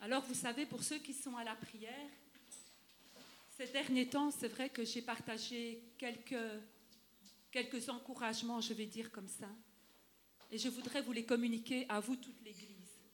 Alors, vous savez, pour ceux qui sont à la prière, ces derniers temps, c'est vrai que j'ai partagé quelques encouragements, je vais dire comme ça. Et je voudrais vous les communiquer à vous, toute l'Église.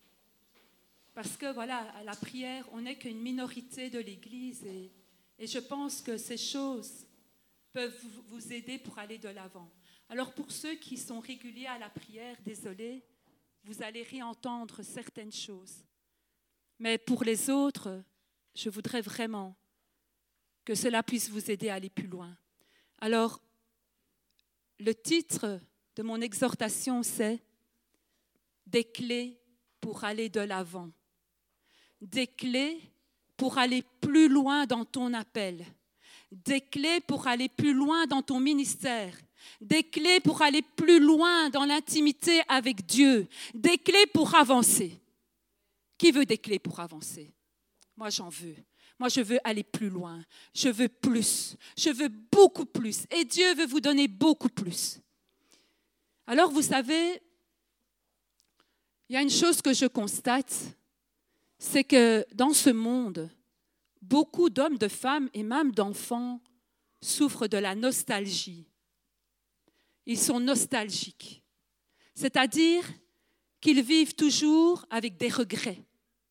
Parce que, voilà, à la prière, on n'est qu'une minorité de l'Église. Et je pense que ces choses peuvent vous aider pour aller de l'avant. Alors, pour ceux qui sont réguliers à la prière, désolé, vous allez réentendre certaines choses. Mais pour les autres, je voudrais vraiment que cela puisse vous aider à aller plus loin. Alors, le titre de mon exhortation, c'est « Des clés pour aller de l'avant ». Des clés pour aller plus loin dans ton appel. Des clés pour aller plus loin dans ton ministère. Des clés pour aller plus loin dans l'intimité avec Dieu. Des clés pour avancer. Qui veut des clés pour avancer? Moi, j'en veux. Moi, je veux aller plus loin. Je veux plus. Je veux beaucoup plus. Et Dieu veut vous donner beaucoup plus. Alors, vous savez, il y a une chose que je constate, c'est que dans ce monde, beaucoup d'hommes, de femmes et même d'enfants souffrent de la nostalgie. Ils sont nostalgiques. C'est-à-dire qu'ils vivent toujours avec des regrets.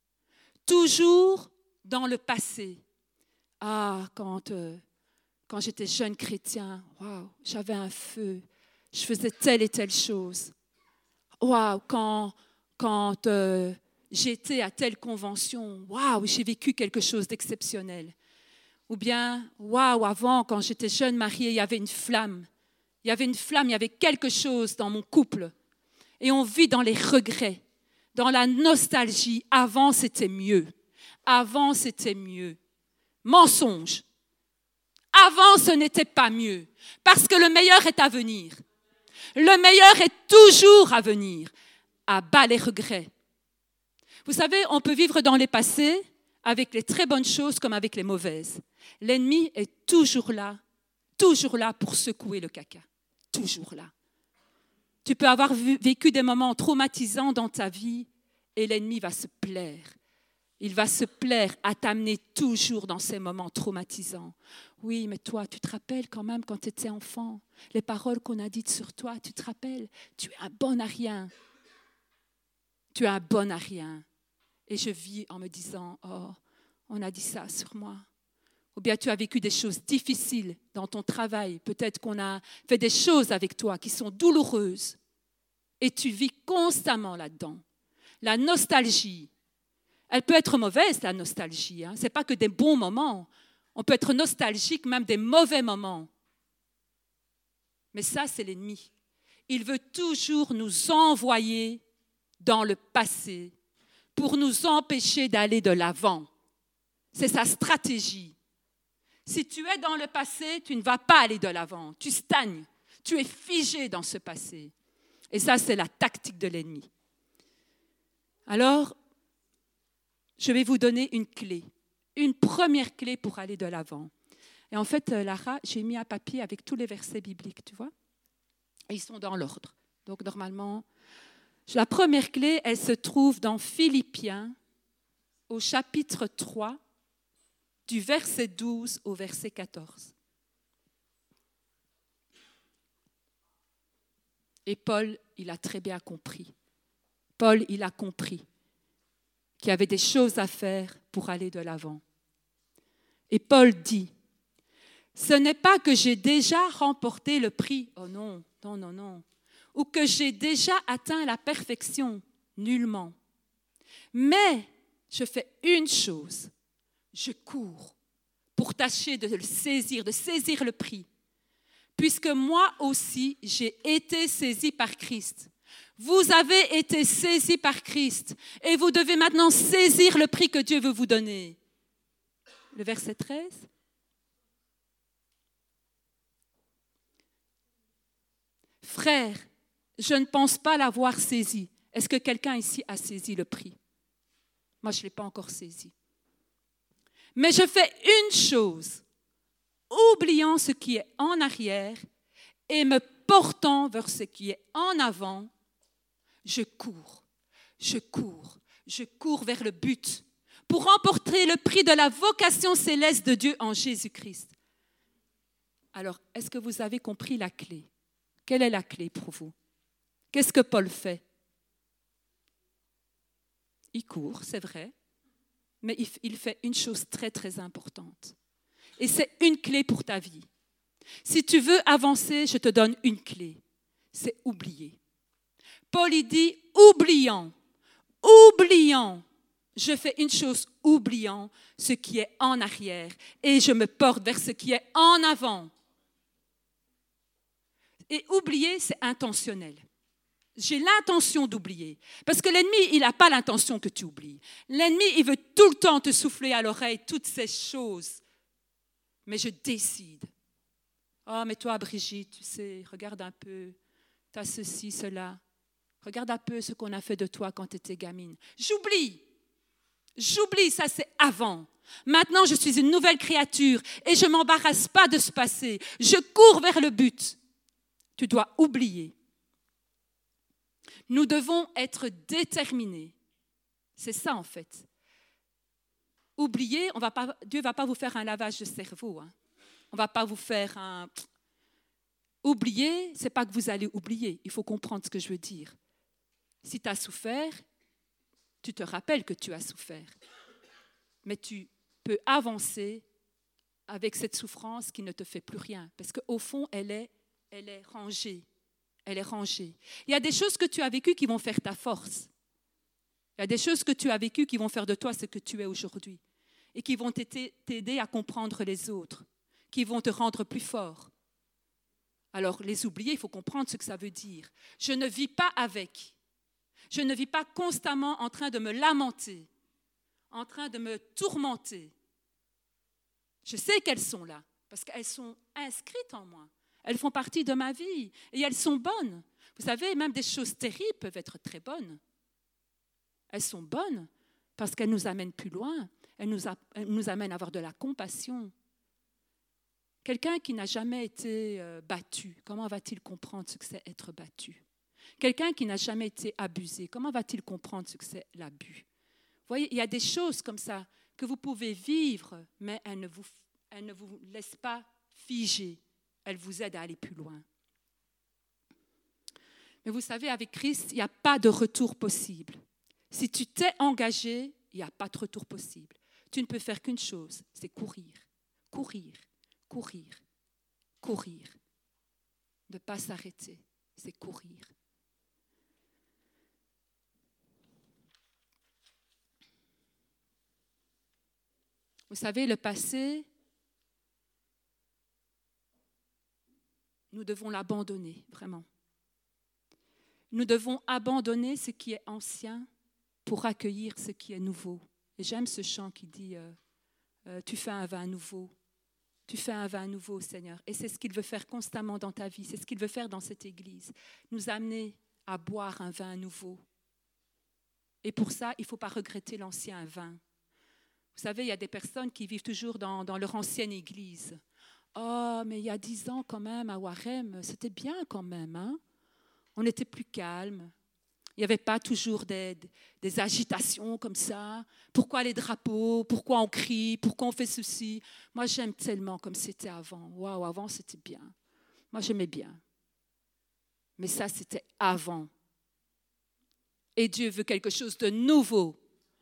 Toujours dans le passé. Ah, quand j'étais jeune chrétien, waouh, j'avais un feu, je faisais telle et telle chose. Waouh, quand j'étais à telle convention, waouh, j'ai vécu quelque chose d'exceptionnel. Ou bien, waouh, avant, quand j'étais jeune mariée, il y avait une flamme. Il y avait quelque chose dans mon couple. Et on vit dans les regrets, dans la nostalgie. Avant, c'était mieux. Avant, c'était mieux. Mensonge. Avant, ce n'était pas mieux. Parce que le meilleur est à venir. Le meilleur est toujours à venir. À bas les regrets. Vous savez, on peut vivre dans les passés avec les très bonnes choses comme avec les mauvaises. L'ennemi est toujours là pour secouer le caca. Toujours là. Tu peux avoir vécu des moments traumatisants dans ta vie et l'ennemi va se plaire. Il va se plaire à t'amener toujours dans ces moments traumatisants. Oui, mais toi, tu te rappelles quand même quand tu étais enfant, les paroles qu'on a dites sur toi, tu te rappelles, tu es un bon à rien. Tu es un bon à rien. Et je vis en me disant, oh, on a dit ça sur moi. Ou bien tu as vécu des choses difficiles dans ton travail. Peut-être qu'on a fait des choses avec toi qui sont douloureuses. Et tu vis constamment là-dedans. La nostalgie, elle peut être mauvaise, la nostalgie. Ce n'est pas que des bons moments. On peut être nostalgique même des mauvais moments. Mais ça, c'est l'ennemi. Il veut toujours nous envoyer dans le passé pour nous empêcher d'aller de l'avant. C'est sa stratégie. Si tu es dans le passé, tu ne vas pas aller de l'avant. Tu stagnes. Tu es figé dans ce passé. Et ça, c'est la tactique de l'ennemi. Alors, je vais vous donner une clé. Une première clé pour aller de l'avant. Et en fait, Lara, j'ai mis un papier avec tous les versets bibliques, tu vois. Et ils sont dans l'ordre. Donc, normalement, la première clé, elle se trouve dans Philippiens, au chapitre 3, du verset 12 au verset 14. Et Paul, il a très bien compris. Paul, il a compris qu'il y avait des choses à faire pour aller de l'avant. Et Paul dit, « Ce n'est pas que j'ai déjà remporté le prix. Oh non, non, non, non. Ou que j'ai déjà atteint la perfection. Nullement. Mais je fais une chose. Je cours pour tâcher de le saisir, de saisir le prix. Puisque moi aussi, j'ai été saisi par Christ. Vous avez été saisis par Christ et vous devez maintenant saisir le prix que Dieu veut vous donner. » Le verset 13. « Frères, je ne pense pas l'avoir saisi. » Est-ce que quelqu'un ici a saisi le prix? Moi, je ne l'ai pas encore saisi. « Mais je fais une chose, oubliant ce qui est en arrière et me portant vers ce qui est en avant, je cours vers le but pour remporter le prix de la vocation céleste de Dieu en Jésus-Christ. Alors, est-ce que vous avez compris la clé? Quelle est la clé pour vous? Qu'est-ce que Paul fait? Il court, c'est vrai, mais il fait une chose très, très importante. Et c'est une clé pour ta vie. Si tu veux avancer, je te donne une clé. C'est oublier. Paul, il dit, oubliant, je fais une chose, oubliant ce qui est en arrière et je me porte vers ce qui est en avant. Et oublier, c'est intentionnel. J'ai l'intention d'oublier. Parce que l'ennemi, il n'a pas l'intention que tu oublies. L'ennemi, il veut tout le temps te souffler à l'oreille toutes ces choses. Mais je décide. Oh, mais toi, Brigitte, tu sais, regarde un peu. Tu as ceci, cela. Regarde un peu ce qu'on a fait de toi quand tu étais gamine. J'oublie, ça c'est avant. Maintenant, je suis une nouvelle créature et je ne m'embarrasse pas de ce passé. Je cours vers le but. Tu dois oublier. Nous devons être déterminés. C'est ça en fait. Oublier, Dieu ne va pas vous faire un lavage de cerveau. Hein. On ne va pas vous faire un... Oublier, ce n'est pas que vous allez oublier. Il faut comprendre ce que je veux dire. Si tu as souffert, tu te rappelles que tu as souffert. Mais tu peux avancer avec cette souffrance qui ne te fait plus rien. Parce qu'au fond, elle est rangée. Elle est rangée. Il y a des choses que tu as vécues qui vont faire ta force. Il y a des choses que tu as vécues qui vont faire de toi ce que tu es aujourd'hui. Et qui vont t'aider à comprendre les autres. Qui vont te rendre plus fort. Alors, les oublier, il faut comprendre ce que ça veut dire. Je ne vis pas avec. Je ne vis pas constamment en train de me lamenter, en train de me tourmenter. Je sais qu'elles sont là, parce qu'elles sont inscrites en moi. Elles font partie de ma vie et elles sont bonnes. Vous savez, même des choses terribles peuvent être très bonnes. Elles sont bonnes parce qu'elles nous amènent plus loin. Elles nous amènent à avoir de la compassion. Quelqu'un qui n'a jamais été battu, comment va-t-il comprendre ce que c'est être battu? Quelqu'un qui n'a jamais été abusé, comment va-t-il comprendre ce que c'est l'abus? Vous voyez, il y a des choses comme ça que vous pouvez vivre, mais elles ne vous laissent pas figer. Elles vous aident à aller plus loin. Mais vous savez, avec Christ, il n'y a pas de retour possible. Si tu t'es engagé, il n'y a pas de retour possible. Tu ne peux faire qu'une chose, c'est courir, courir, courir, courir. Ne pas s'arrêter, c'est courir. Vous savez, le passé, nous devons l'abandonner, vraiment. Nous devons abandonner ce qui est ancien pour accueillir ce qui est nouveau. Et j'aime ce chant qui dit tu fais un vin nouveau. Tu fais un vin nouveau, Seigneur. Et c'est ce qu'il veut faire constamment dans ta vie. C'est ce qu'il veut faire dans cette église. Nous amener à boire un vin nouveau. Et pour ça, il ne faut pas regretter l'ancien vin. Vous savez, il y a des personnes qui vivent toujours dans leur ancienne église. Oh, mais il y a 10 ans quand même, à Warem, c'était bien quand même. Hein? On était plus calme. Il n'y avait pas toujours des agitations comme ça. Pourquoi les drapeaux? Pourquoi on crie? Pourquoi on fait ceci? Moi, j'aime tellement comme c'était avant. Waouh, avant, c'était bien. Moi, j'aimais bien. Mais ça, c'était avant. Et Dieu veut quelque chose de nouveau.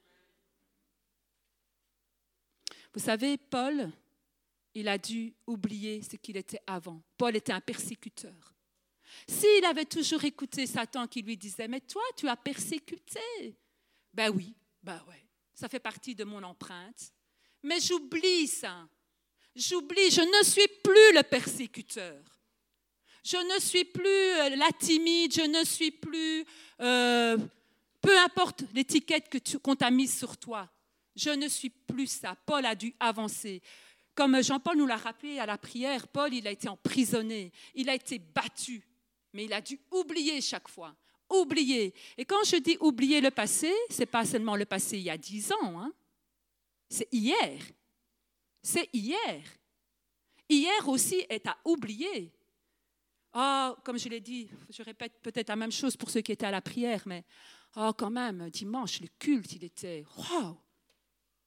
Vous savez, Paul, il a dû oublier ce qu'il était avant. Paul était un persécuteur. S'il avait toujours écouté Satan qui lui disait « Mais toi, tu as persécuté. » Ben oui, ben ouais, ça fait partie de mon empreinte. Mais j'oublie ça. J'oublie, je ne suis plus le persécuteur. Je ne suis plus la timide, je ne suis plus... peu importe l'étiquette qu'on t'a mise sur toi. Je ne suis plus ça. Paul a dû avancer. Comme Jean-Paul nous l'a rappelé à la prière, Paul, il a été emprisonné, il a été battu, mais il a dû oublier chaque fois. Oublier. Et quand je dis oublier le passé, ce n'est pas seulement le passé il y a 10 ans, hein. C'est hier. C'est hier. Hier aussi est à oublier. Oh, comme je l'ai dit, je répète peut-être la même chose pour ceux qui étaient à la prière, mais oh, quand même, dimanche, le culte, il était waouh!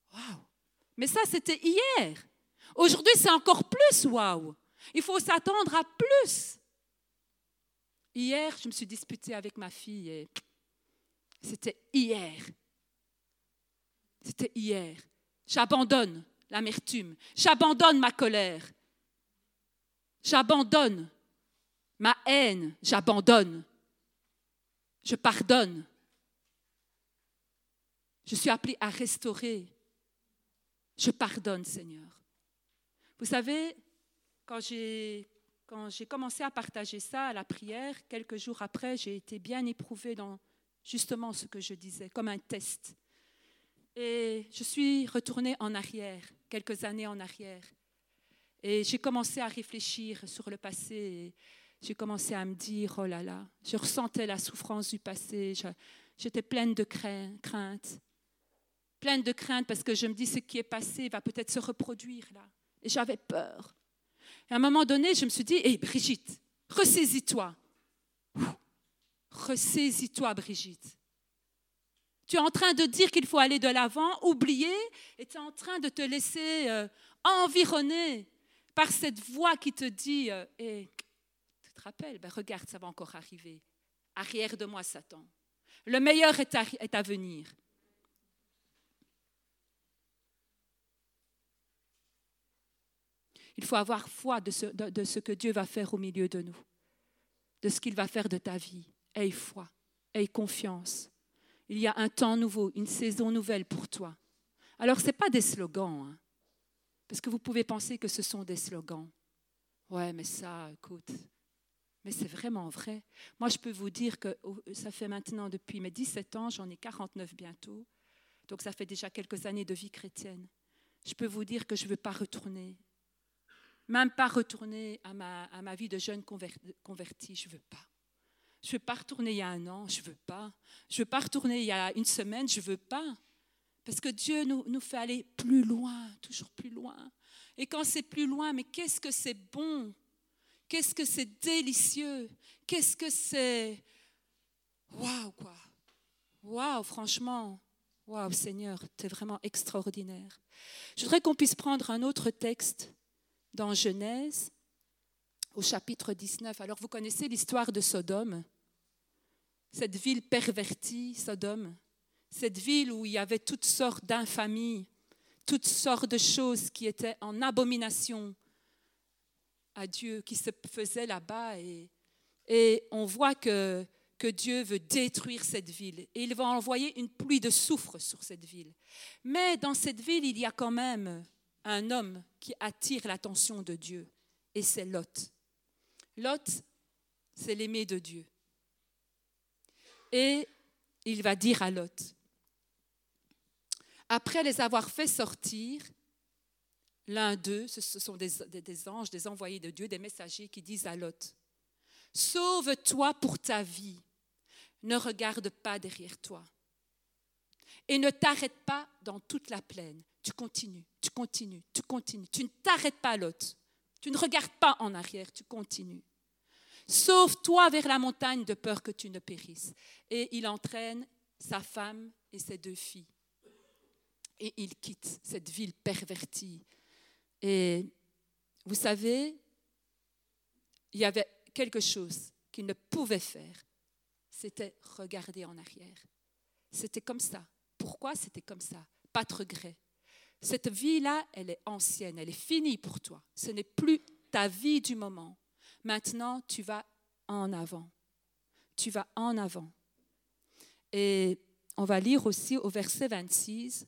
Waouh! Mais ça, c'était hier. Aujourd'hui, c'est encore plus waouh. Il faut s'attendre à plus. Hier, je me suis disputée avec ma fille et c'était hier. C'était hier. J'abandonne l'amertume. J'abandonne ma colère. J'abandonne ma haine. J'abandonne. Je pardonne. Je suis appelée à restaurer. Je pardonne, Seigneur. Vous savez, quand j'ai commencé à partager ça à la prière, quelques jours après, j'ai été bien éprouvée dans justement ce que je disais, comme un test. Et je suis retournée en arrière, quelques années en arrière. Et j'ai commencé à réfléchir sur le passé. Et j'ai commencé à me dire, oh là là, je ressentais la souffrance du passé. J'étais pleine de crainte. Pleine de crainte parce que je me dis, ce qui est passé va peut-être se reproduire là. Et j'avais peur. Et à un moment donné, je me suis dit, hé Brigitte, ressaisis-toi. Ressaisis-toi, Brigitte. Tu es en train de dire qu'il faut aller de l'avant, oublier, et tu es en train de te laisser environner par cette voix qui te dit, tu te rappelles, regarde, ça va encore arriver. Arrière de moi, Satan. Le meilleur est à venir. Il faut avoir foi de ce que Dieu va faire au milieu de nous, de ce qu'il va faire de ta vie. Aie foi, aie confiance. Il y a un temps nouveau, une saison nouvelle pour toi. Alors, ce n'est pas des slogans, hein, parce que vous pouvez penser que ce sont des slogans. Ouais, mais ça, écoute, mais c'est vraiment vrai. Moi, je peux vous dire que ça fait maintenant depuis mes 17 ans, j'en ai 49 bientôt, donc ça fait déjà quelques années de vie chrétienne. Je peux vous dire que je ne veux pas retourner. Même pas retourner à ma vie de jeune convertie, je ne veux pas. Je ne veux pas retourner il y a 1 an, je ne veux pas. Je ne veux pas retourner il y a 1 semaine, je ne veux pas. Parce que Dieu nous fait aller plus loin, toujours plus loin. Et quand c'est plus loin, mais qu'est-ce que c'est bon, qu'est-ce que c'est délicieux, qu'est-ce que c'est... Waouh, quoi. Waouh, franchement. Waouh, Seigneur, tu es vraiment extraordinaire. Je voudrais qu'on puisse prendre un autre texte dans Genèse, au chapitre 19. Alors, vous connaissez l'histoire de Sodome, cette ville pervertie, Sodome, cette ville où il y avait toutes sortes d'infamies, toutes sortes de choses qui étaient en abomination à Dieu, qui se faisaient là-bas. Et on voit que Dieu veut détruire cette ville. Et il va envoyer une pluie de soufre sur cette ville. Mais dans cette ville, il y a quand même un homme qui attire l'attention de Dieu, et c'est Lot. Lot, c'est l'aimé de Dieu. Et il va dire à Lot, après les avoir fait sortir, l'un d'eux, ce sont des anges, des envoyés de Dieu, des messagers qui disent à Lot, sauve-toi pour ta vie, ne regarde pas derrière toi et ne t'arrête pas dans toute la plaine. Tu continues, tu continues, tu continues. Tu ne t'arrêtes pas, Lot. Tu ne regardes pas en arrière, tu continues. Sauve-toi vers la montagne de peur que tu ne périsses. Et il entraîne sa femme et ses 2 filles. Et il quitte cette ville pervertie. Et vous savez, il y avait quelque chose qu'il ne pouvait faire. C'était regarder en arrière. C'était comme ça. Pourquoi c'était comme ça? Pas de regret. Cette vie-là, elle est ancienne, elle est finie pour toi. Ce n'est plus ta vie du moment. Maintenant, tu vas en avant. Tu vas en avant. Et on va lire aussi au verset 26.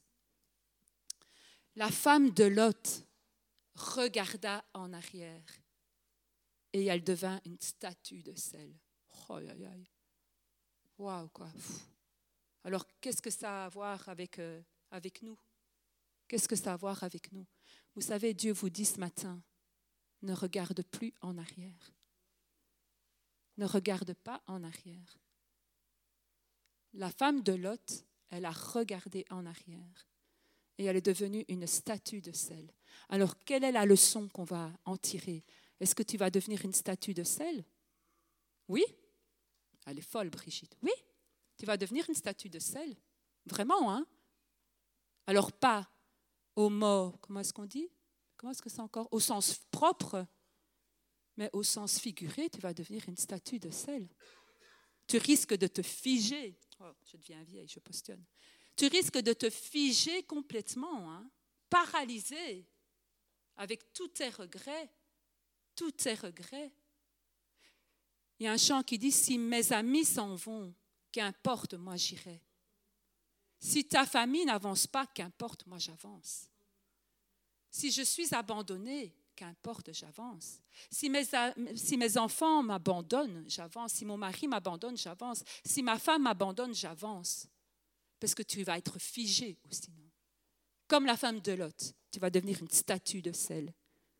La femme de Lot regarda en arrière et elle devint une statue de sel. Oh, aïe, aïe. Waouh, quoi. Alors, qu'est-ce que ça a à voir avec nous? Qu'est-ce que ça a à voir avec nous? Vous savez, Dieu vous dit ce matin, ne regarde plus en arrière. Ne regarde pas en arrière. La femme de Lot, elle a regardé en arrière et elle est devenue une statue de sel. Alors, quelle est la leçon qu'on va en tirer? Est-ce que tu vas devenir une statue de sel? Oui? Elle est folle, Brigitte. Oui? Tu vas devenir une statue de sel? Vraiment, hein? Alors, pas comment est-ce qu'on dit? Comment est-ce que c'est encore? Au sens propre, mais au sens figuré, tu vas devenir une statue de sel. Tu risques de te figer. Oh, je deviens vieille, je postillonne. Tu risques de te figer complètement, hein, paralysé, avec tous tes regrets, tous tes regrets. Il y a un chant qui dit « Si mes amis s'en vont, qu'importe, moi j'irai. Si ta famille n'avance pas, qu'importe, moi j'avance. Si je suis abandonnée, qu'importe, j'avance. Si mes enfants m'abandonnent, j'avance. Si mon mari m'abandonne, j'avance. Si ma femme m'abandonne, j'avance. Parce que tu vas être figé sinon. Comme la femme de Lot, tu vas devenir une statue de sel.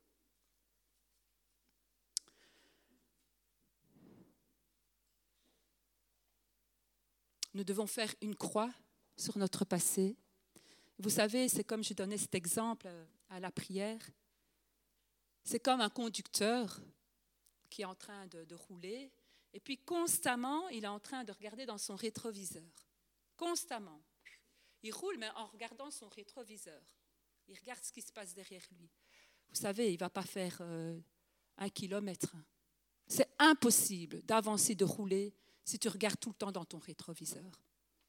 Nous devons faire une croix sur notre passé. Vous savez, c'est comme je donnais cet exemple à la prière. C'est comme un conducteur qui est en train de rouler et puis constamment, il est en train de regarder dans son rétroviseur. Constamment. Il roule, mais en regardant son rétroviseur. Il regarde ce qui se passe derrière lui. Vous savez, il ne va pas faire 1 kilomètre. C'est impossible d'avancer, de rouler si tu regardes tout le temps dans ton rétroviseur.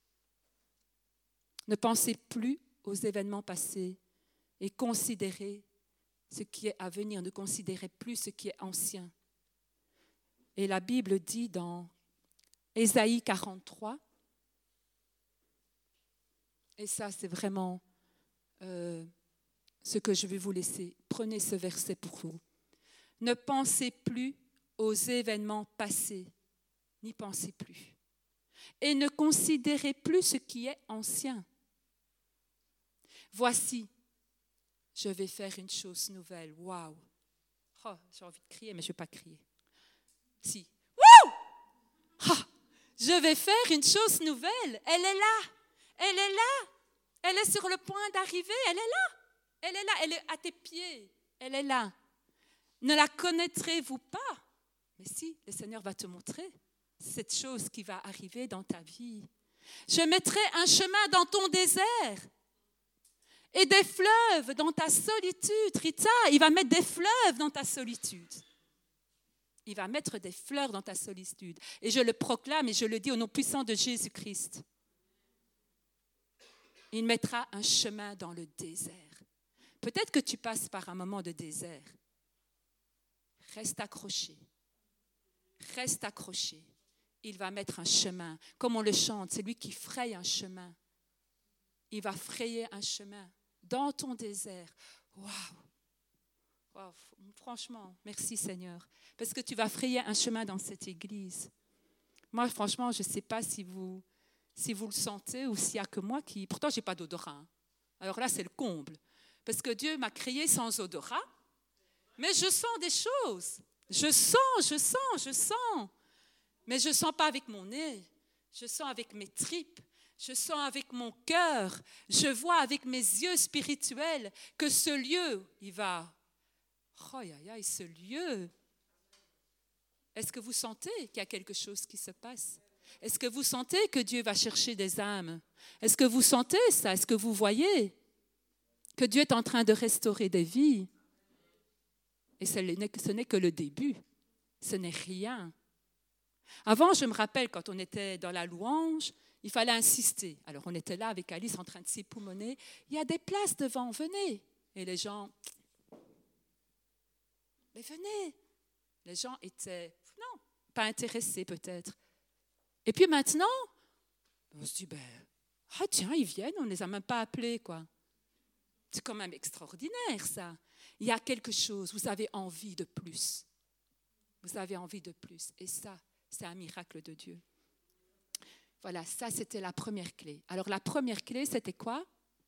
Ne pensez plus aux événements passés et considérez ce qui est à venir. Ne considérez plus ce qui est ancien. Et la Bible dit dans Ésaïe 43, et ça c'est vraiment ce que je vais vous laisser. Prenez ce verset pour vous. Ne pensez plus aux événements passés, n'y pensez plus. Et ne considérez plus ce qui est ancien. Voici, je vais faire une chose nouvelle. Waouh! Oh, j'ai envie de crier, mais je ne vais pas crier. Si. Wouh! Oh, je vais faire une chose nouvelle. Elle est là. Elle est là. Elle est sur le point d'arriver. Elle est là. Elle est là. Elle est à tes pieds. Elle est là. Ne la connaîtrez-vous pas? Mais si, le Seigneur va te montrer cette chose qui va arriver dans ta vie. Je mettrai un chemin dans ton désert et des fleuves dans ta solitude. Rita, il va mettre des fleuves dans ta solitude. Il va mettre des fleurs dans ta solitude. Et je le proclame et je le dis au nom puissant de Jésus-Christ. Il mettra un chemin dans le désert. Peut-être que tu passes par un moment de désert. Reste accroché. Reste accroché. Il va mettre un chemin. Comme on le chante, c'est lui qui fraye un chemin. Il va frayer un chemin dans ton désert. Waouh! Wow. Franchement, merci Seigneur. Parce que tu vas frayer un chemin dans cette église. Moi, franchement, je ne sais pas si vous le sentez ou s'il n'y a que moi qui... Pourtant, je n'ai pas d'odorat. Hein. Alors là, c'est le comble. Parce que Dieu m'a créé sans odorat. Mais je sens des choses. Je sens. Mais je ne sens pas avec mon nez. Je sens avec mes tripes. Je sens avec mon cœur. Je vois avec mes yeux spirituels que ce lieu, il va... Oh, ce lieu. Est-ce que vous sentez qu'il y a quelque chose qui se passe? Est-ce que vous sentez que Dieu va chercher des âmes? Est-ce que vous sentez ça? Est-ce que vous voyez que Dieu est en train de restaurer des vies? Et ce n'est que le début. Ce n'est rien. Avant, je me rappelle, quand on était dans la louange, il fallait insister. Alors, on était là avec Alice en train de s'époumoner. Il y a des places devant, venez. Et les gens... Mais venez. Les gens étaient, non, pas intéressés peut-être. Et puis maintenant, on se dit, tiens, ils viennent, on ne les a même pas appelés, quoi. C'est quand même extraordinaire, ça. Il y a quelque chose, vous avez envie de plus. Vous avez envie de plus. Et ça, c'est un miracle de Dieu. Voilà, ça, c'était la première clé. Alors, la première clé, c'était quoi?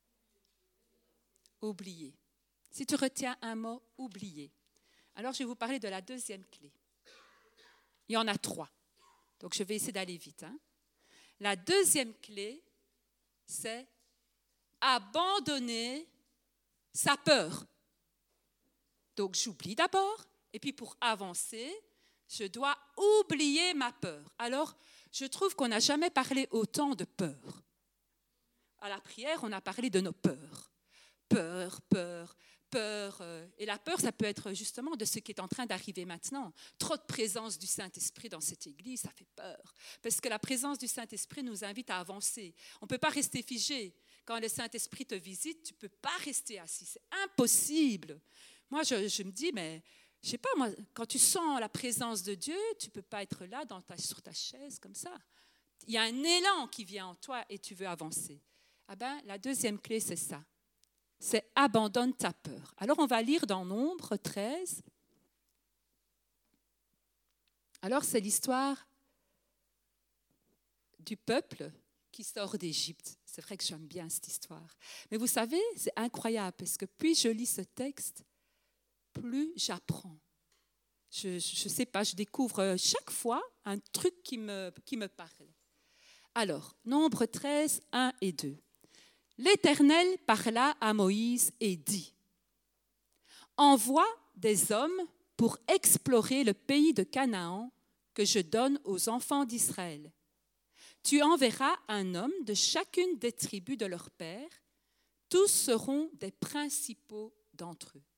Oublier. Si tu retiens un mot, oublier. Alors, je vais vous parler de la deuxième clé. Il y en a 3. Donc, je vais essayer d'aller vite. Hein. La deuxième clé, c'est abandonner sa peur. Donc, j'oublie d'abord. Et puis, pour avancer, je dois oublier ma peur. Alors, je trouve qu'on n'a jamais parlé autant de peur. À la prière, on a parlé de nos peurs. peur, peur, peur. Et la peur, ça peut être justement de ce qui est en train d'arriver maintenant. Trop de présence du Saint-Esprit dans cette église, ça fait peur. Parce que la présence du Saint-Esprit nous invite à avancer. On ne peut pas rester figé. Quand le Saint-Esprit te visite, tu ne peux pas rester assis. C'est impossible. Moi, je me dis, mais je ne sais pas, moi, quand tu sens la présence de Dieu, tu ne peux pas être là sur ta chaise comme ça. Il y a un élan qui vient en toi et tu veux avancer. Ah ben, la deuxième clé, c'est ça. C'est abandonne ta peur. Alors, on va lire dans Nombre 13. Alors, c'est l'histoire du peuple qui sort d'Égypte. C'est vrai que j'aime bien cette histoire. Mais vous savez, c'est incroyable parce que plus je lis ce texte, plus j'apprends. Je ne sais pas, je découvre chaque fois un truc qui me parle. Alors, Nombre 13, 1 et 2. L'Éternel parla à Moïse et dit : envoie des hommes pour explorer le pays de Canaan que je donne aux enfants d'Israël. Tu enverras un homme de chacune des tribus de leur père. Tous seront des principaux d'entre eux.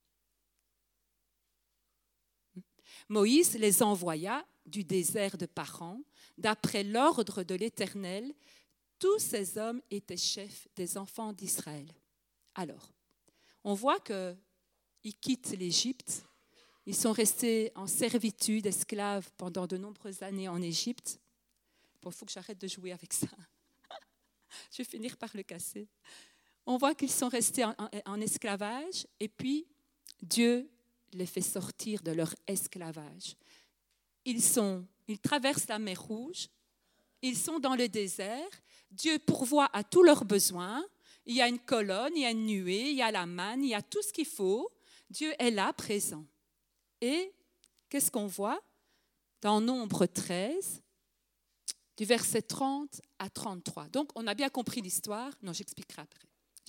Moïse les envoya du désert de Paran, d'après l'ordre de l'Éternel. Tous ces hommes étaient chefs des enfants d'Israël. Alors, on voit qu'ils quittent l'Égypte. Ils sont restés en servitude, esclaves, pendant de nombreuses années en Égypte. Bon, il faut que j'arrête de jouer avec ça. Je vais finir par le casser. On voit qu'ils sont restés en esclavage et puis Dieu les fait sortir de leur esclavage. Ils traversent la mer Rouge, ils sont dans le désert, Dieu pourvoit à tous leurs besoins, il y a une colonne, il y a une nuée, il y a la manne, il y a tout ce qu'il faut, Dieu est là, présent. Et qu'est-ce qu'on voit dans Nombre 13, du verset 30 à 33. Donc, on a bien compris l'histoire. Non, j'expliquerai après.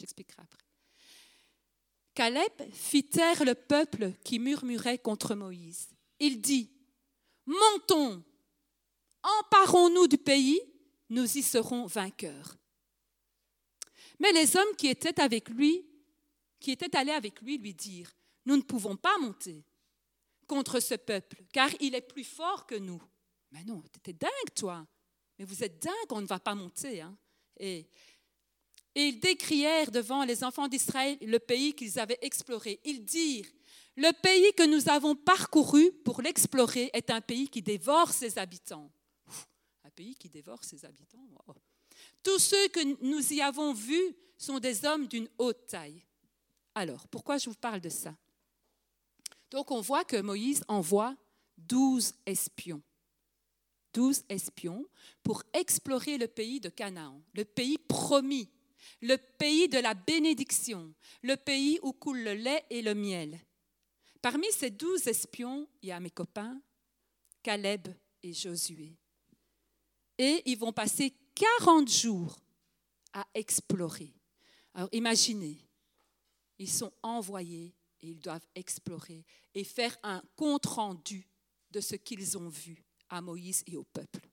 Caleb fit taire le peuple qui murmurait contre Moïse. Il dit : montons, emparons-nous du pays, nous y serons vainqueurs. Mais les hommes qui étaient allés avec lui, lui dirent : nous ne pouvons pas monter contre ce peuple, car il est plus fort que nous. Mais non, t'es dingue, toi. Mais vous êtes dingue, on ne va pas monter. Hein. Et ils décrièrent devant les enfants d'Israël le pays qu'ils avaient exploré. Ils dirent : le pays que nous avons parcouru pour l'explorer est un pays qui dévore ses habitants. Un pays qui dévore ses habitants. Wow. Tous ceux que nous y avons vus sont des hommes d'une haute taille. Alors, pourquoi je vous parle de ça ? Donc, on voit que Moïse envoie 12 espions. 12 espions pour explorer le pays de Canaan, le pays promis, le pays de la bénédiction, le pays où coule le lait et le miel. Parmi ces 12 espions, il y a mes copains, Caleb et Josué. Et ils vont passer 40 jours à explorer. Alors imaginez, ils sont envoyés et ils doivent explorer et faire un compte-rendu de ce qu'ils ont vu à Moïse et au peuple.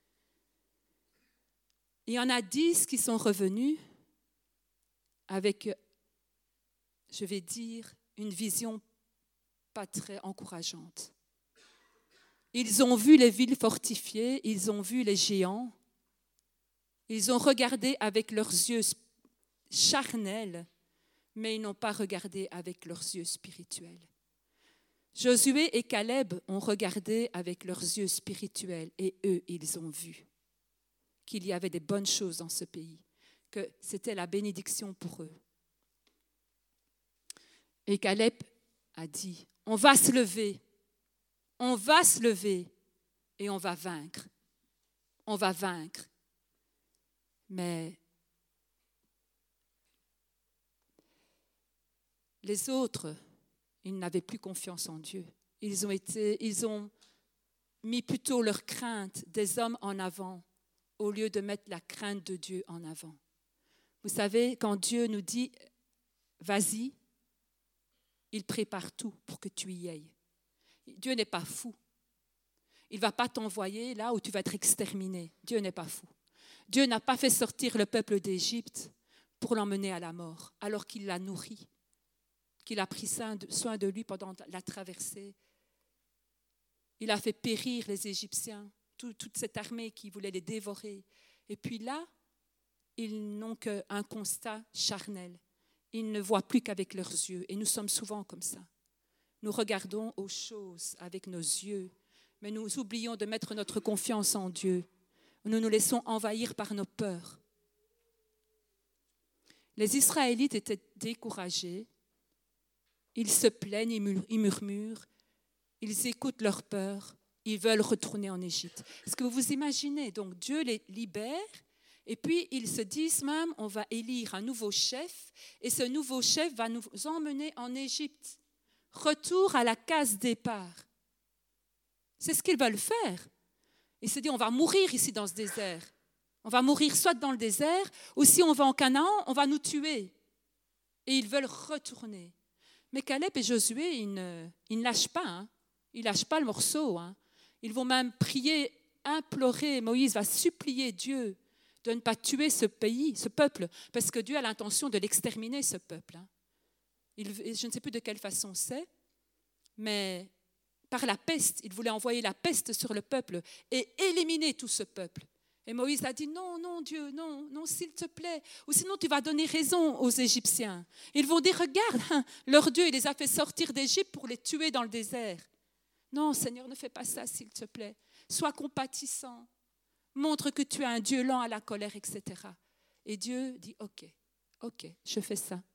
Il y en a 10 qui sont revenus avec, je vais dire, une vision pas très encourageante. Ils ont vu les villes fortifiées, ils ont vu les géants, ils ont regardé avec leurs yeux charnels, mais ils n'ont pas regardé avec leurs yeux spirituels. Josué et Caleb ont regardé avec leurs yeux spirituels et eux, ils ont vu qu'il y avait des bonnes choses dans ce pays, que c'était la bénédiction pour eux. Et Caleb a dit : on va se lever et on va vaincre. On va vaincre. Mais les autres, ils n'avaient plus confiance en Dieu. Ils ont mis plutôt leur crainte des hommes en avant au lieu de mettre la crainte de Dieu en avant. Vous savez, quand Dieu nous dit « vas-y », il prépare tout pour que tu y ailles. Dieu n'est pas fou. Il ne va pas t'envoyer là où tu vas être exterminé. Dieu n'est pas fou. Dieu n'a pas fait sortir le peuple d'Égypte pour l'emmener à la mort, alors qu'il l'a nourri, qu'il a pris soin de lui pendant la traversée. Il a fait périr les Égyptiens, toute cette armée qui voulait les dévorer. Et puis là, ils n'ont qu'un constat charnel. Ils ne voient plus qu'avec leurs yeux. Et nous sommes souvent comme ça. Nous regardons aux choses avec nos yeux, mais nous oublions de mettre notre confiance en Dieu. Nous nous laissons envahir par nos peurs. Les Israélites étaient découragés. Ils se plaignent, ils murmurent, ils écoutent leur peur, ils veulent retourner en Égypte. Est-ce que vous vous imaginez? Donc Dieu les libère et puis ils se disent même, on va élire un nouveau chef et ce nouveau chef va nous emmener en Égypte. Retour à la case départ. C'est ce qu'ils veulent faire. Ils se disent, on va mourir ici dans ce désert. On va mourir soit dans le désert ou si on va en Canaan, on va nous tuer. Et ils veulent retourner. Mais Caleb et Josué, ils ne lâchent pas. Hein. Ils ne lâchent pas le morceau. Hein. Ils vont même prier, implorer. Moïse va supplier Dieu de ne pas tuer ce pays, ce peuple, parce que Dieu a l'intention de l'exterminer, ce peuple. Hein. Je ne sais plus de quelle façon c'est, mais par la peste, il voulait envoyer la peste sur le peuple et éliminer tout ce peuple. Et Moïse a dit, non, non, Dieu, non, non, s'il te plaît, ou sinon tu vas donner raison aux Égyptiens. Ils vont dire, regarde, leur Dieu, il les a fait sortir d'Égypte pour les tuer dans le désert. Non, Seigneur, ne fais pas ça, s'il te plaît. Sois compatissant, montre que tu es un Dieu lent à la colère, etc. Et Dieu dit, ok, je fais ça.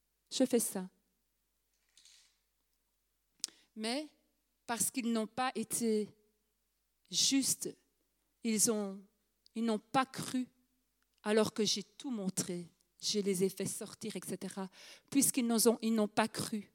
Mais parce qu'ils n'ont pas été justes, ils n'ont pas cru alors que j'ai tout montré, je les ai fait sortir, etc. Puisqu'ils n'ont pas cru,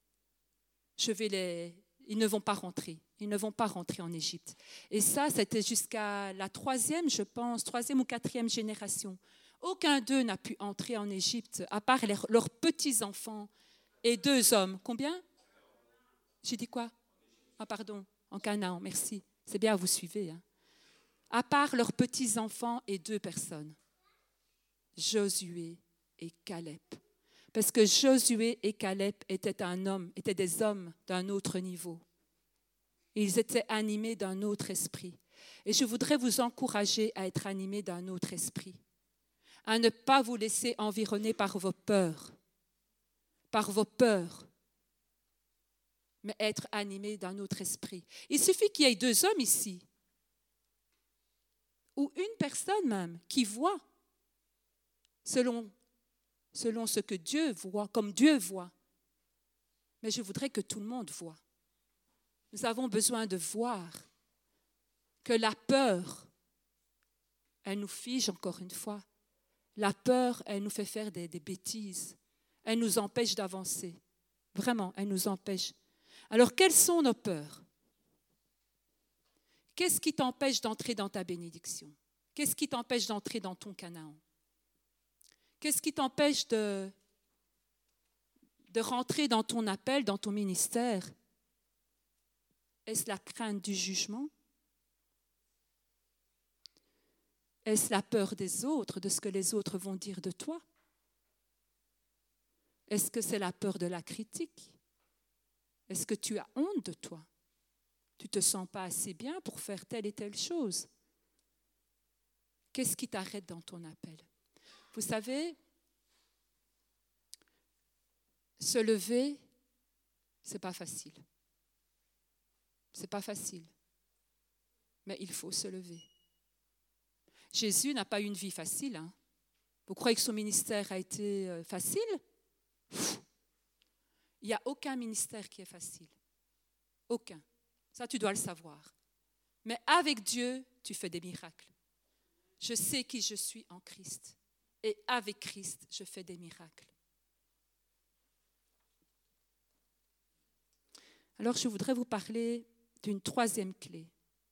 ils ne vont pas rentrer. Ils ne vont pas rentrer en Égypte. Et ça, c'était jusqu'à la troisième ou quatrième génération. Aucun d'eux n'a pu entrer en Égypte, à part leurs petits-enfants et 2 hommes. Combien? J'ai dit quoi? Ah pardon, en Canaan, merci. C'est bien, vous suivez. Hein. À part leurs petits-enfants et 2 personnes, Josué et Caleb. Parce que Josué et Caleb étaient des hommes d'un autre niveau. Ils étaient animés d'un autre esprit. Et je voudrais vous encourager à être animés d'un autre esprit, à ne pas vous laisser environner par vos peurs, mais être animés d'un autre esprit. Il suffit qu'il y ait 2 hommes ici, ou une personne même, qui voit selon ce que Dieu voit, comme Dieu voit. Mais je voudrais que tout le monde voie. Nous avons besoin de voir que la peur, elle nous fige encore une fois. La peur, elle nous fait faire des bêtises. Elle nous empêche d'avancer. Vraiment, elle nous empêche. Alors, quelles sont nos peurs? Qu'est-ce qui t'empêche d'entrer dans ta bénédiction? Qu'est-ce qui t'empêche d'entrer dans ton Canaan? Qu'est-ce qui t'empêche de rentrer dans ton appel, dans ton ministère? Est-ce la crainte du jugement? Est-ce la peur des autres, de ce que les autres vont dire de toi? Est-ce que c'est la peur de la critique? Est-ce que tu as honte de toi? Tu ne te sens pas assez bien pour faire telle et telle chose? Qu'est-ce qui t'arrête dans ton appel? Vous savez, se lever, ce n'est pas facile. C'est pas facile. Mais il faut se lever. Jésus n'a pas eu une vie facile. Hein. Vous croyez que son ministère a été facile? Il n'y a aucun ministère qui est facile. Aucun. Ça, tu dois le savoir. Mais avec Dieu, tu fais des miracles. Je sais qui je suis en Christ. Et avec Christ, je fais des miracles. Alors, je voudrais vous parler d'une 3e clé.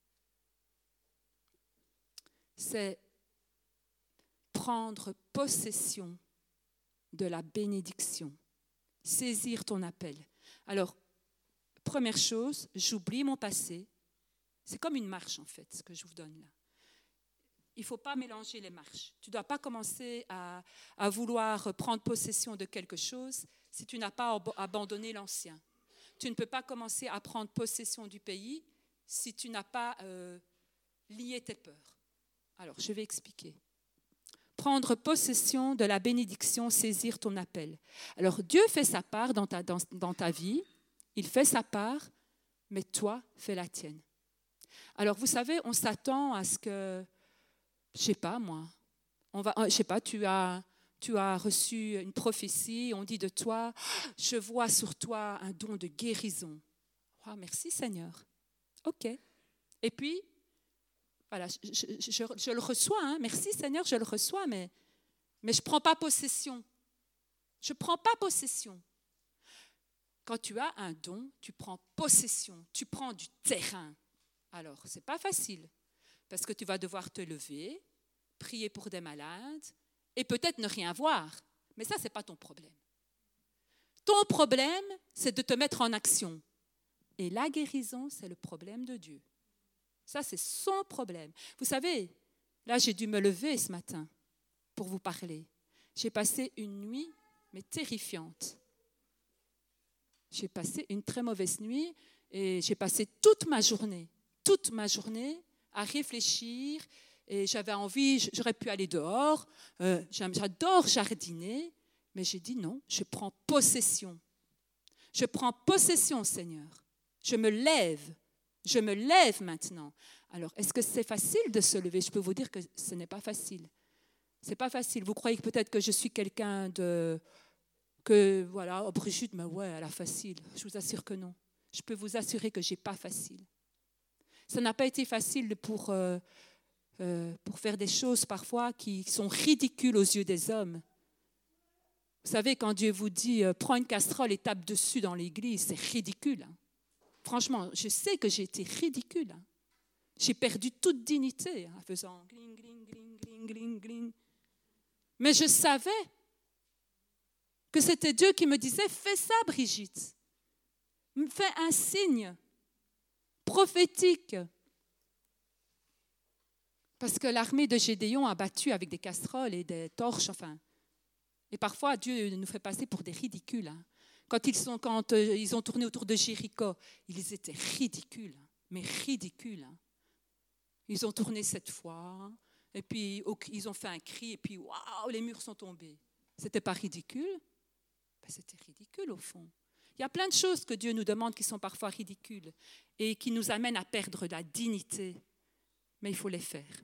C'est prendre possession de la bénédiction. Saisir ton appel. Alors, première chose, j'oublie mon passé. C'est comme une marche, en fait, ce que je vous donne là. il ne faut pas mélanger les marches. Tu ne dois pas commencer à vouloir prendre possession de quelque chose si tu n'as pas abandonné l'ancien. Tu ne peux pas commencer à prendre possession du pays si tu n'as pas lié tes peurs. Alors, je vais expliquer. Prendre possession de la bénédiction, saisir ton appel. Alors, Dieu fait sa part dans ta vie, il fait sa part, mais toi, fais la tienne. Alors, vous savez, on s'attend à ce que, je ne sais pas moi, tu as reçu une prophétie, on dit de toi, je vois sur toi un don de guérison. Oh, merci Seigneur. OK. Et puis, voilà, je le reçois, hein. Merci Seigneur, je le reçois, mais je ne prends pas possession. Je ne prends pas possession. Quand tu as un don, tu prends possession, tu prends du terrain. Alors, ce n'est pas facile, parce que tu vas devoir te lever, prier pour des malades, et peut-être ne rien voir. Mais ça, ce n'est pas ton problème. Ton problème, c'est de te mettre en action. Et la guérison, c'est le problème de Dieu. Ça, c'est son problème. Vous savez, là, j'ai dû me lever ce matin pour vous parler. J'ai passé une nuit, mais terrifiante. J'ai passé une très mauvaise nuit et j'ai passé toute ma journée à réfléchir. Et j'avais envie, j'aurais pu aller dehors. J'adore jardiner, mais j'ai dit non, je prends possession. Je prends possession, Seigneur. Je me lève maintenant. Alors, est-ce que c'est facile de se lever? Je peux vous dire que ce n'est pas facile. Ce n'est pas facile. Vous croyez peut-être que je suis quelqu'un voilà, Brigitte, mais ouais, elle a facile. Je vous assure que non. Je peux vous assurer que je n'ai pas facile. Ça n'a pas été facile pour faire des choses parfois qui sont ridicules aux yeux des hommes. Vous savez, quand Dieu vous dit « prends une casserole et tape dessus dans l'église », c'est ridicule. Hein. Franchement, je sais que j'ai été ridicule. Hein. J'ai perdu toute dignité en faisant « gling, gling, gling, gling, gling, gling ». Mais je savais que c'était Dieu qui me disait « fais ça, Brigitte. Fais un signe prophétique. » Parce que l'armée de Gédéon a battu avec des casseroles et des torches, enfin. Et parfois, Dieu nous fait passer pour des ridicules. Hein. Quand ils ont tourné autour de Jéricho, ils étaient ridicules, mais ridicules. Hein. Ils ont tourné 7 fois, et puis ils ont fait un cri, et puis waouh, les murs sont tombés. C'était pas ridicule? Ben, c'était ridicule au fond. Il y a plein de choses que Dieu nous demande qui sont parfois ridicules et qui nous amènent à perdre la dignité. Mais il faut les faire.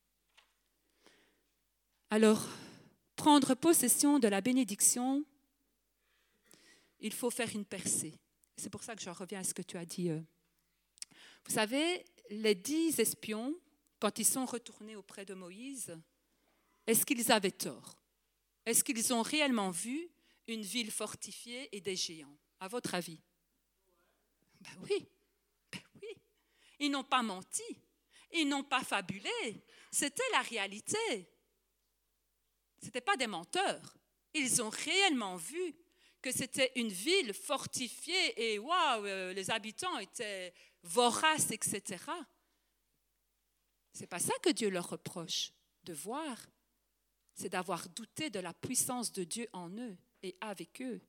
Alors, prendre possession de la bénédiction, il faut faire une percée. C'est pour ça que je reviens à ce que tu as dit. Vous savez, les 10 espions, quand ils sont retournés auprès de Moïse, est-ce qu'ils avaient tort? Est-ce qu'ils ont réellement vu une ville fortifiée et des géants? À votre avis? Ben oui. Ils n'ont pas menti. Ils n'ont pas fabulé. C'était la réalité. Ce n'étaient pas des menteurs. Ils ont réellement vu que c'était une ville fortifiée et waouh, les habitants étaient voraces, etc. Ce n'est pas ça que Dieu leur reproche de voir. C'est d'avoir douté de la puissance de Dieu en eux et avec eux.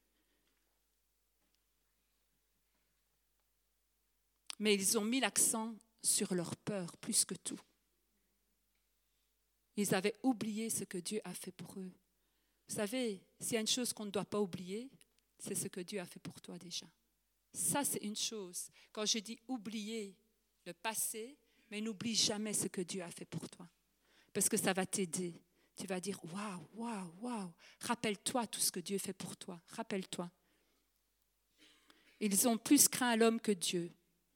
Mais ils ont mis l'accent sur leur peur plus que tout. Ils avaient oublié ce que Dieu a fait pour eux. Vous savez, s'il y a une chose qu'on ne doit pas oublier, c'est ce que Dieu a fait pour toi déjà. Ça, c'est une chose. Quand je dis oublier le passé, mais n'oublie jamais ce que Dieu a fait pour toi. Parce que ça va t'aider. Tu vas dire, waouh. Rappelle-toi tout ce que Dieu fait pour toi. Rappelle-toi. Ils ont plus craint l'homme que Dieu.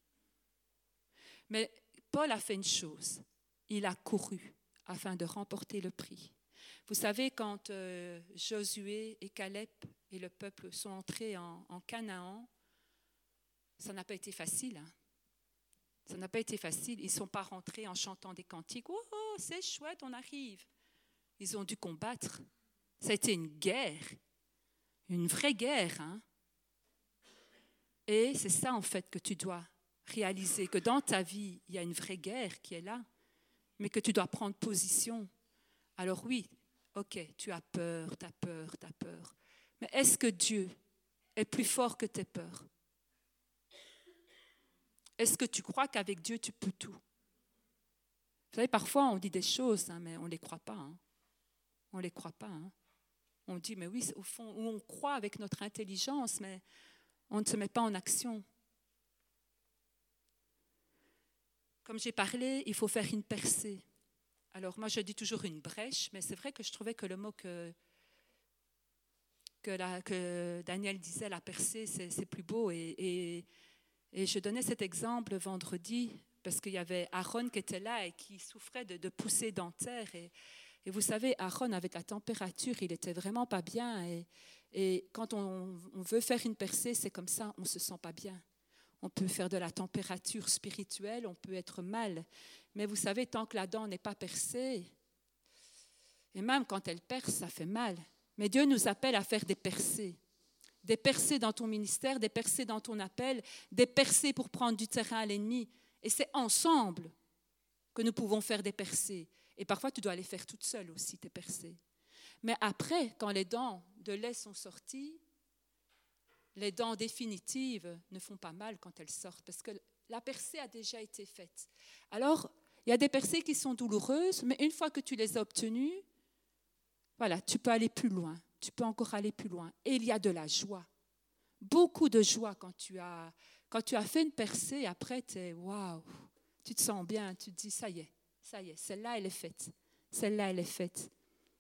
Mais Paul a fait une chose. Il a couru afin de remporter le prix. Vous savez, quand Josué et Caleb et le peuple sont entrés en Canaan, ça n'a pas été facile. Hein. Ça n'a pas été facile. Ils ne sont pas rentrés en chantant des cantiques. Oh, c'est chouette, on arrive. Ils ont dû combattre. Ça a été une guerre, une vraie guerre. Hein. Et c'est ça, en fait, que tu dois réaliser, que dans ta vie, il y a une vraie guerre qui est là. mais que tu dois prendre position, alors oui, ok, tu as peur, tu as peur, tu as peur. Mais est-ce que Dieu est plus fort que tes peurs? Est-ce que tu crois qu'avec Dieu, tu peux tout? Vous savez, parfois, on dit des choses, mais on ne les croit pas. On ne les croit pas. On dit, mais oui, au fond, où on croit avec notre intelligence, mais on ne se met pas en action. Comme j'ai parlé, il faut faire une percée. Alors moi, je dis toujours une brèche, mais c'est vrai que je trouvais que le mot que Daniel disait, la percée, c'est plus beau. Et je donnais cet exemple vendredi, parce qu'il y avait Aaron qui était là et qui souffrait de poussées dentaires. Et vous savez, Aaron, avec la température, il n'était vraiment pas bien. Et quand on veut faire une percée, c'est comme ça, on ne se sent pas bien. On peut faire de la température spirituelle, on peut être mal. Mais vous savez, tant que la dent n'est pas percée, et même quand elle perce, ça fait mal. Mais Dieu nous appelle à faire des percées. Des percées dans ton ministère, des percées dans ton appel, des percées pour prendre du terrain à l'ennemi. Et c'est ensemble que nous pouvons faire des percées. Et parfois, tu dois les faire toute seule aussi, tes percées. Mais après, quand les dents de lait sont sorties, les dents définitives ne font pas mal quand elles sortent, parce que la percée a déjà été faite. Alors, il y a des percées qui sont douloureuses, mais une fois que tu les as obtenues, voilà, tu peux aller plus loin. Tu peux encore aller plus loin. Et il y a de la joie. Beaucoup de joie quand tu as fait une percée. Après, waouh, tu te sens bien. Tu te dis, ça y est, celle-là, elle est faite. Celle-là, elle est faite.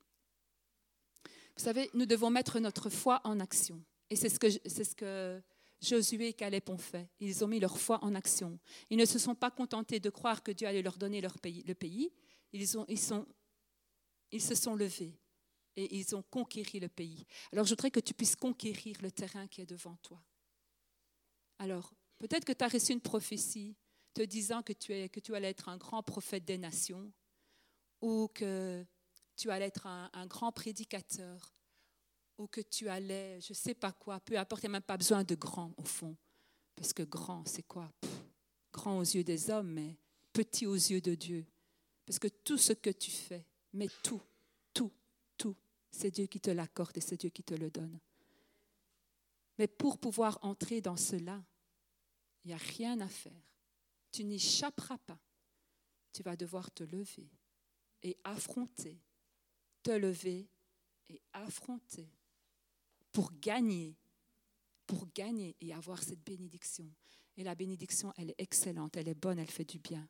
Vous savez, nous devons mettre notre foi en action. Et c'est ce que Josué et Caleb ont fait. Ils ont mis leur foi en action. Ils ne se sont pas contentés de croire que Dieu allait leur donner le pays. Ils se sont levés. Et ils ont conquéri le pays. Alors, je voudrais que tu puisses conquérir le terrain qui est devant toi. Alors, peut-être que tu as reçu une prophétie te disant que tu allais être un grand prophète des nations ou que tu allais être un grand prédicateur ou que tu allais, je ne sais pas quoi, peu importe, il n'y a même pas besoin de grand au fond. Parce que grand, c'est quoi? Grand aux yeux des hommes, mais petit aux yeux de Dieu. Parce que tout ce que tu fais, mais tout, c'est Dieu qui te l'accorde et c'est Dieu qui te le donne. Mais pour pouvoir entrer dans cela, il n'y a rien à faire. Tu n'y échapperas pas. Tu vas devoir te lever et affronter. Te lever et affronter pour gagner et avoir cette bénédiction. Et la bénédiction, elle est excellente, elle est bonne, elle fait du bien.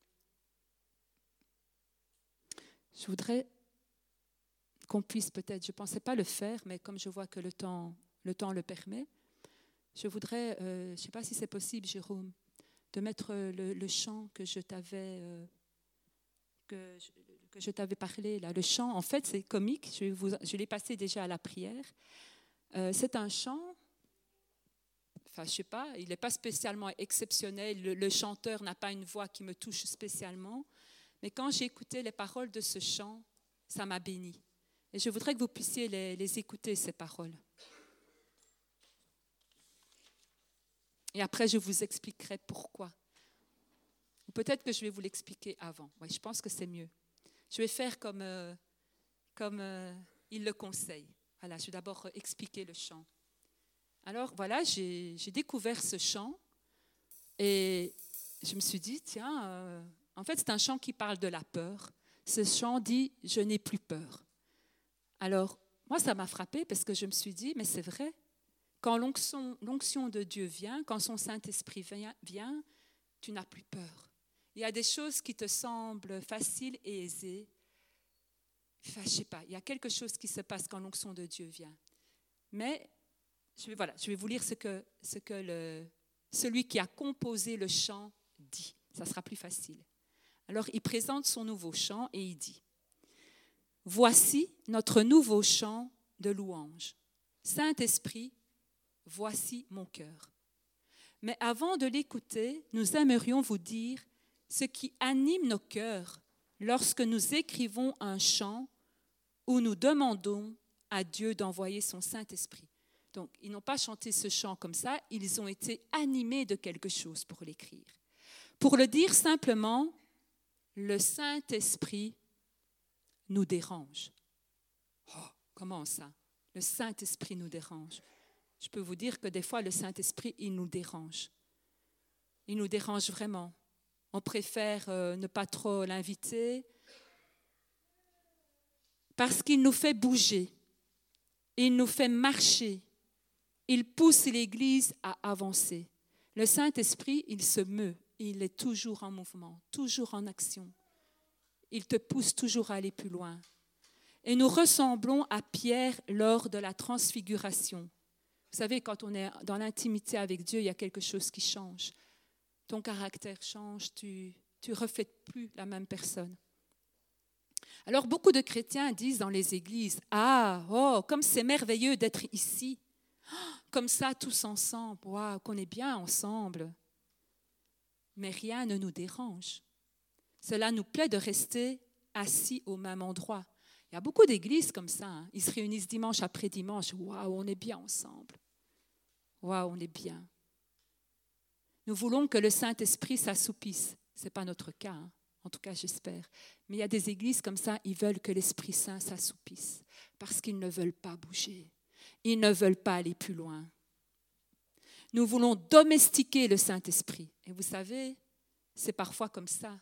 Je voudrais qu'on puisse peut-être, je ne pensais pas le faire, mais comme je vois que le temps le permet, je voudrais, je ne sais pas si c'est possible, Jérôme, de mettre le chant que je t'avais parlé, là. Le chant, en fait, c'est comique, je l'ai passé déjà à la prière. C'est un chant, enfin, je ne sais pas, il n'est pas spécialement exceptionnel, le chanteur n'a pas une voix qui me touche spécialement, mais quand j'ai écouté les paroles de ce chant, ça m'a béni. Et je voudrais que vous puissiez les écouter, ces paroles. Et après, je vous expliquerai pourquoi. Ou peut-être que je vais vous l'expliquer avant. Oui, je pense que c'est mieux. Je vais faire comme il le conseille. Voilà, je vais d'abord expliquer le chant. Alors voilà, j'ai découvert ce chant et je me suis dit, tiens, en fait, c'est un chant qui parle de la peur. Ce chant dit « Je n'ai plus peur ». Alors, moi, ça m'a frappée parce que je me suis dit, mais c'est vrai, quand l'onction de Dieu vient, quand son Saint-Esprit vient, tu n'as plus peur. Il y a des choses qui te semblent faciles et aisées. Enfin, je ne sais pas, il y a quelque chose qui se passe quand l'onction de Dieu vient. Mais, je vais vous lire ce que celui qui a composé le chant dit. Ça sera plus facile. Alors, il présente son nouveau chant et il dit « Voici notre nouveau chant de louange. Saint-Esprit, voici mon cœur. Mais avant de l'écouter, nous aimerions vous dire ce qui anime nos cœurs lorsque nous écrivons un chant où nous demandons à Dieu d'envoyer son Saint-Esprit. » Donc, ils n'ont pas chanté ce chant comme ça, ils ont été animés de quelque chose pour l'écrire. Pour le dire simplement, le Saint-Esprit nous dérange. Oh, comment ça? Le Saint-Esprit nous dérange. Je peux vous dire que des fois, le Saint-Esprit, il nous dérange. Il nous dérange vraiment. On préfère ne pas trop l'inviter parce qu'il nous fait bouger. Il nous fait marcher. Il pousse l'Église à avancer. Le Saint-Esprit, il se meut. Il est toujours en mouvement, toujours en action. Il te pousse toujours à aller plus loin. Et nous ressemblons à Pierre lors de la transfiguration. Vous savez, quand on est dans l'intimité avec Dieu, il y a quelque chose qui change. Ton caractère change, tu ne reflètes plus la même personne. Alors, beaucoup de chrétiens disent dans les églises, « Ah, oh, comme c'est merveilleux d'être ici. Comme ça, tous ensemble, wow, qu'on est bien ensemble. » Mais rien ne nous dérange. Cela nous plaît de rester assis au même endroit. Il y a beaucoup d'églises comme ça. Hein. Ils se réunissent dimanche après dimanche. Waouh, on est bien ensemble. Waouh, on est bien. Nous voulons que le Saint-Esprit s'assoupisse. Ce n'est pas notre cas, hein. En tout cas, j'espère. Mais il y a des églises comme ça, ils veulent que l'Esprit Saint s'assoupisse parce qu'ils ne veulent pas bouger. Ils ne veulent pas aller plus loin. Nous voulons domestiquer le Saint-Esprit. Et vous savez, c'est parfois comme ça.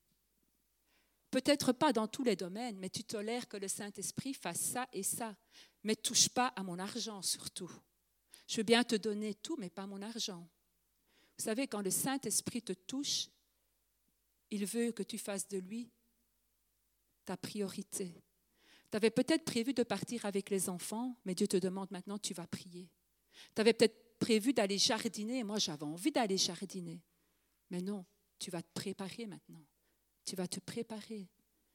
Peut-être pas dans tous les domaines, mais tu tolères que le Saint-Esprit fasse ça et ça. Mais ne touche pas à mon argent surtout. Je veux bien te donner tout, mais pas mon argent. Vous savez, quand le Saint-Esprit te touche, il veut que tu fasses de lui ta priorité. Tu avais peut-être prévu de partir avec les enfants, mais Dieu te demande maintenant, tu vas prier. Tu avais peut-être prévu d'aller jardiner. Moi, j'avais envie d'aller jardiner. Mais non, tu vas te préparer maintenant. Tu vas te préparer.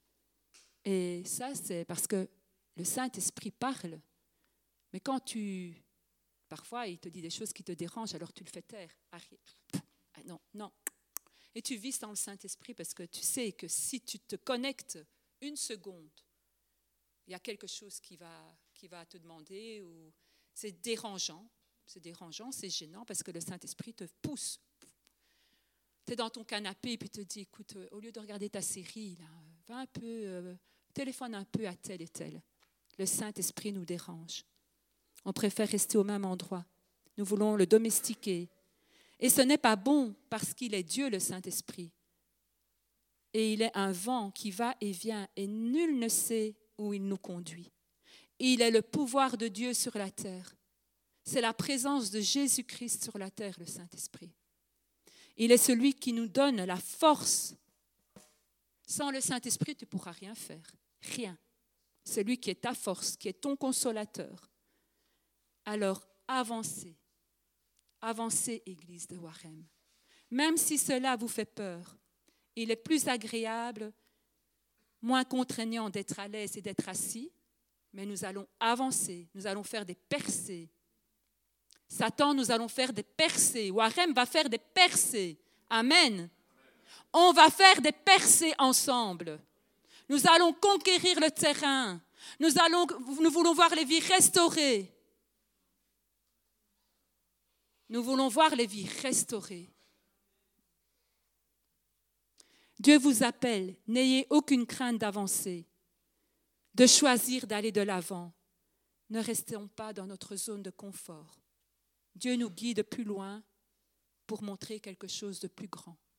Et ça, c'est parce que le Saint-Esprit parle. Mais quand parfois, il te dit des choses qui te dérangent, alors tu le fais taire. Ah, non, non. Et tu vis dans le Saint-Esprit parce que tu sais que si tu te connectes une seconde, il y a quelque chose qui va te demander ou c'est dérangeant. C'est dérangeant, c'est gênant parce que le Saint-Esprit te pousse. Tu es dans ton canapé et puis te dit, écoute, au lieu de regarder ta série, là, va un peu, téléphone un peu à tel et tel. Le Saint-Esprit nous dérange. On préfère rester au même endroit. Nous voulons le domestiquer. Et ce n'est pas bon parce qu'il est Dieu, le Saint-Esprit. Et il est un vent qui va et vient et nul ne sait où il nous conduit. Il est le pouvoir de Dieu sur la terre. C'est la présence de Jésus-Christ sur la terre, le Saint-Esprit. Il est celui qui nous donne la force. Sans le Saint-Esprit, tu ne pourras rien faire. Rien. C'est lui qui est ta force, qui est ton consolateur. Alors, avancez. Avancez, Église de Warem. Même si cela vous fait peur, il est plus agréable, moins contraignant d'être à l'aise et d'être assis, mais nous allons avancer, nous allons faire des percées. Satan, nous allons faire des percées. Warem va faire des percées. Amen. On va faire des percées ensemble. Nous allons conquérir le terrain. Nous voulons voir les vies restaurées. Nous voulons voir les vies restaurées. Dieu vous appelle, n'ayez aucune crainte d'avancer, de choisir d'aller de l'avant. Ne restons pas dans notre zone de confort. Dieu nous guide plus loin pour montrer quelque chose de plus grand.